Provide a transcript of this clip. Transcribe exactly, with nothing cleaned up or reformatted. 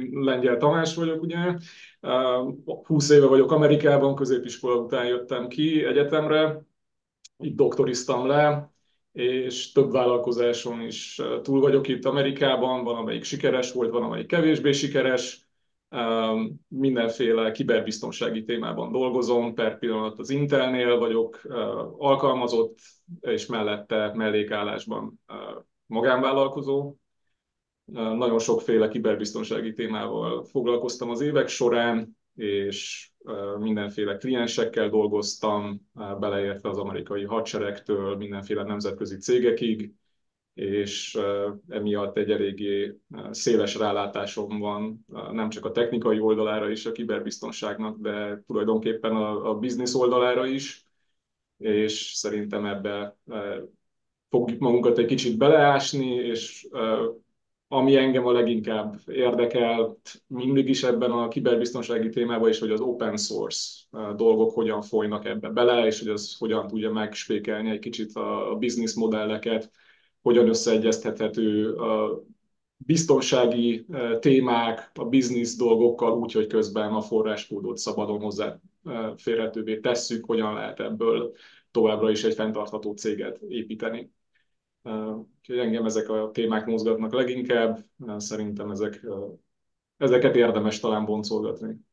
Lengyel Tamás vagyok, ugye. húsz éve vagyok Amerikában, középiskola után jöttem ki egyetemre, itt doktoriztam le, és több vállalkozáson is túl vagyok itt Amerikában, van amelyik sikeres volt, van amelyik kevésbé sikeres. Mindenféle kiberbiztonsági témában dolgozom, per pillanat az Intelnél vagyok alkalmazott, és mellette mellékállásban magánvállalkozó. Nagyon sokféle kiberbiztonsági témával foglalkoztam az évek során, és mindenféle kliensekkel dolgoztam, beleértve az amerikai hadseregtől mindenféle nemzetközi cégekig, és emiatt egy eléggé széles rálátásom van nem csak a technikai oldalára is a kiberbiztonságnak, de tulajdonképpen a, a business oldalára is, és szerintem ebbe fogjuk magunkat egy kicsit beleásni, és ami engem a leginkább érdekelt mindig is ebben a kiberbiztonsági témában is, hogy az open source dolgok hogyan folynak ebbe bele, és hogy az hogyan tudja megspékelni egy kicsit a business modelleket, hogyan összeegyeztethető a biztonsági témák a business dolgokkal úgy, hogy közben a forráskódot szabadon hozzáférhetővé tesszük, hogyan lehet ebből továbbra is egy fenntartható céget építeni. Úgyhogy engem ezek a témák mozgatnak leginkább, szerintem ezek, ezeket érdemes talán boncolgatni.